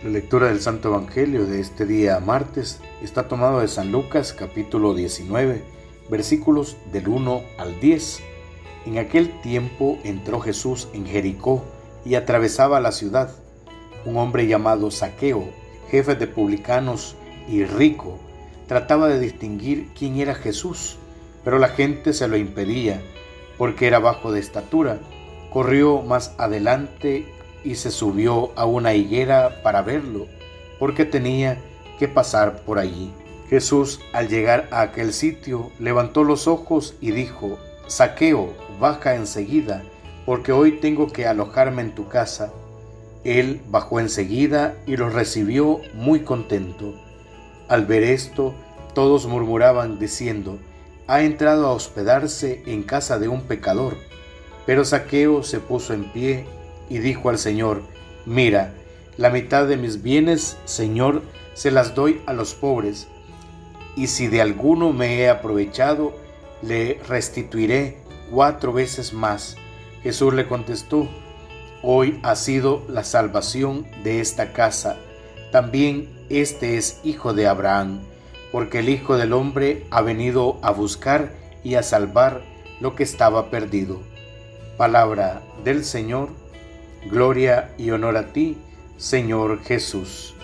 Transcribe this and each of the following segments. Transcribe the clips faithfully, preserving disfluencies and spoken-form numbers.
La lectura del Santo Evangelio de este día martes está tomado de San Lucas capítulo diecinueve, versículos del uno al diez. En aquel tiempo entró Jesús en Jericó y atravesaba la ciudad. Un hombre llamado Zaqueo, jefe de publicanos y rico, trataba de distinguir quién era Jesús, pero la gente se lo impedía porque era bajo de estatura. Corrió más adelante y se subió a una higuera para verlo, porque tenía que pasar por allí. Jesús, al llegar a aquel sitio, levantó los ojos y dijo: Zaqueo, baja enseguida, porque hoy tengo que alojarme en tu casa. Él bajó enseguida y los recibió muy contento. Al ver esto, todos murmuraban diciendo: ha entrado a hospedarse en casa de un pecador. Pero Zaqueo se puso en pie y dijo al Señor: mira, la mitad de mis bienes, Señor, se las doy a los pobres, y si de alguno me he aprovechado, le restituiré cuatro veces más. Jesús le contestó: hoy ha sido la salvación de esta casa. También este es hijo de Abraham, porque el Hijo del Hombre ha venido a buscar y a salvar lo que estaba perdido. Palabra del Señor. Gloria y honor a ti, Señor Jesús.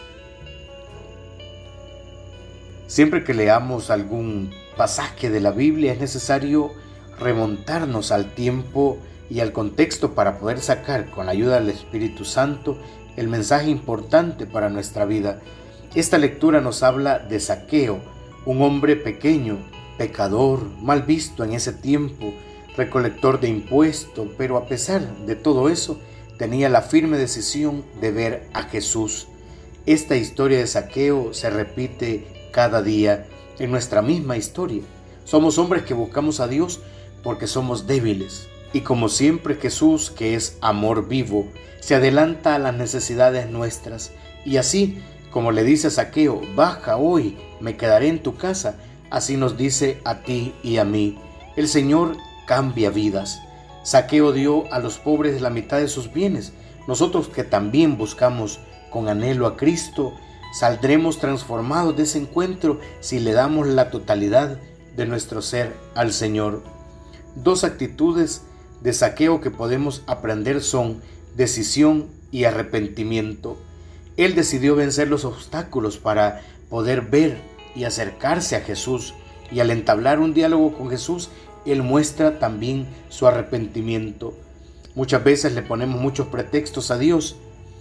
Siempre que leamos algún pasaje de la Biblia es necesario remontarnos al tiempo y al contexto para poder sacar, con la ayuda del Espíritu Santo, el mensaje importante para nuestra vida. Esta lectura nos habla de Zaqueo, un hombre pequeño, pecador, mal visto en ese tiempo, recolector de impuestos, pero a pesar de todo eso, tenía la firme decisión de ver a Jesús. Esta historia de Zaqueo se repite cada día en nuestra misma historia. Somos hombres que buscamos a Dios porque somos débiles. Y como siempre, Jesús, que es amor vivo, se adelanta a las necesidades nuestras. Y así, como le dice a Zaqueo: baja hoy, me quedaré en tu casa, así nos dice a ti y a mí. El Señor cambia vidas. Zaqueo dio a los pobres la mitad de sus bienes. Nosotros, que también buscamos con anhelo a Cristo, saldremos transformados de ese encuentro si le damos la totalidad de nuestro ser al Señor. Dos actitudes de Zaqueo que podemos aprender son decisión y arrepentimiento. Él decidió vencer los obstáculos para poder ver y acercarse a Jesús, y al entablar un diálogo con Jesús, Él muestra también su arrepentimiento. Muchas veces le ponemos muchos pretextos a Dios.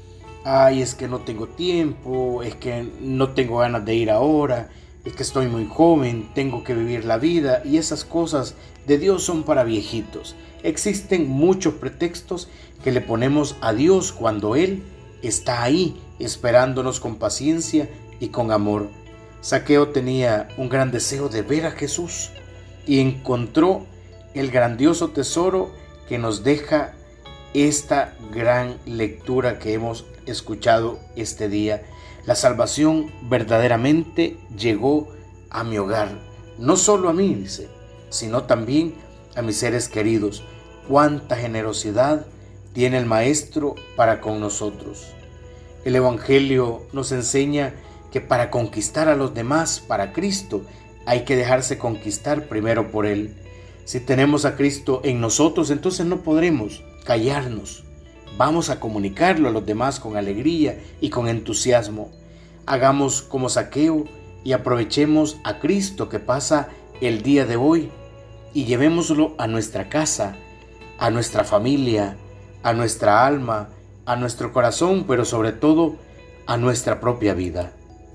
Ay, es que no tengo tiempo, es que no tengo ganas de ir ahora, es que estoy muy joven, tengo que vivir la vida, y esas cosas de Dios son para viejitos. Existen muchos pretextos que le ponemos a Dios cuando Él está ahí, esperándonos con paciencia y con amor. Zaqueo tenía un gran deseo de ver a Jesús y encontró el grandioso tesoro que nos deja esta gran lectura que hemos escuchado este día. La salvación verdaderamente llegó a mi hogar, no solo a mí, dice, sino también a mis seres queridos. Cuánta generosidad tiene el Maestro para con nosotros. El Evangelio nos enseña que para conquistar a los demás para Cristo hay que dejarse conquistar primero por Él. Si tenemos a Cristo en nosotros, entonces no podremos callarnos. Vamos a comunicarlo a los demás con alegría y con entusiasmo. Hagamos como Zaqueo y aprovechemos a Cristo que pasa el día de hoy y llevémoslo a nuestra casa, a nuestra familia, a nuestra alma, a nuestro corazón, pero sobre todo a nuestra propia vida.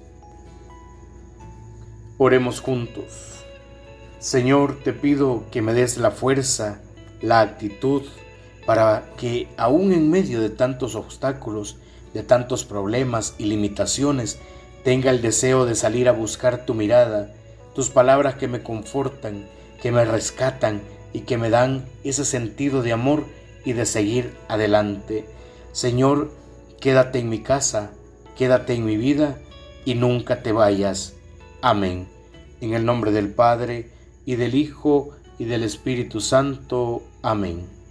Oremos juntos. Señor, te pido que me des la fuerza, la actitud, para que aún en medio de tantos obstáculos, de tantos problemas y limitaciones, tenga el deseo de salir a buscar tu mirada, tus palabras que me confortan, que me rescatan y que me dan ese sentido de amor y de seguir adelante. Señor, quédate en mi casa, quédate en mi vida y nunca te vayas. Amén. En el nombre del Padre, y del Hijo, y del Espíritu Santo. Amén.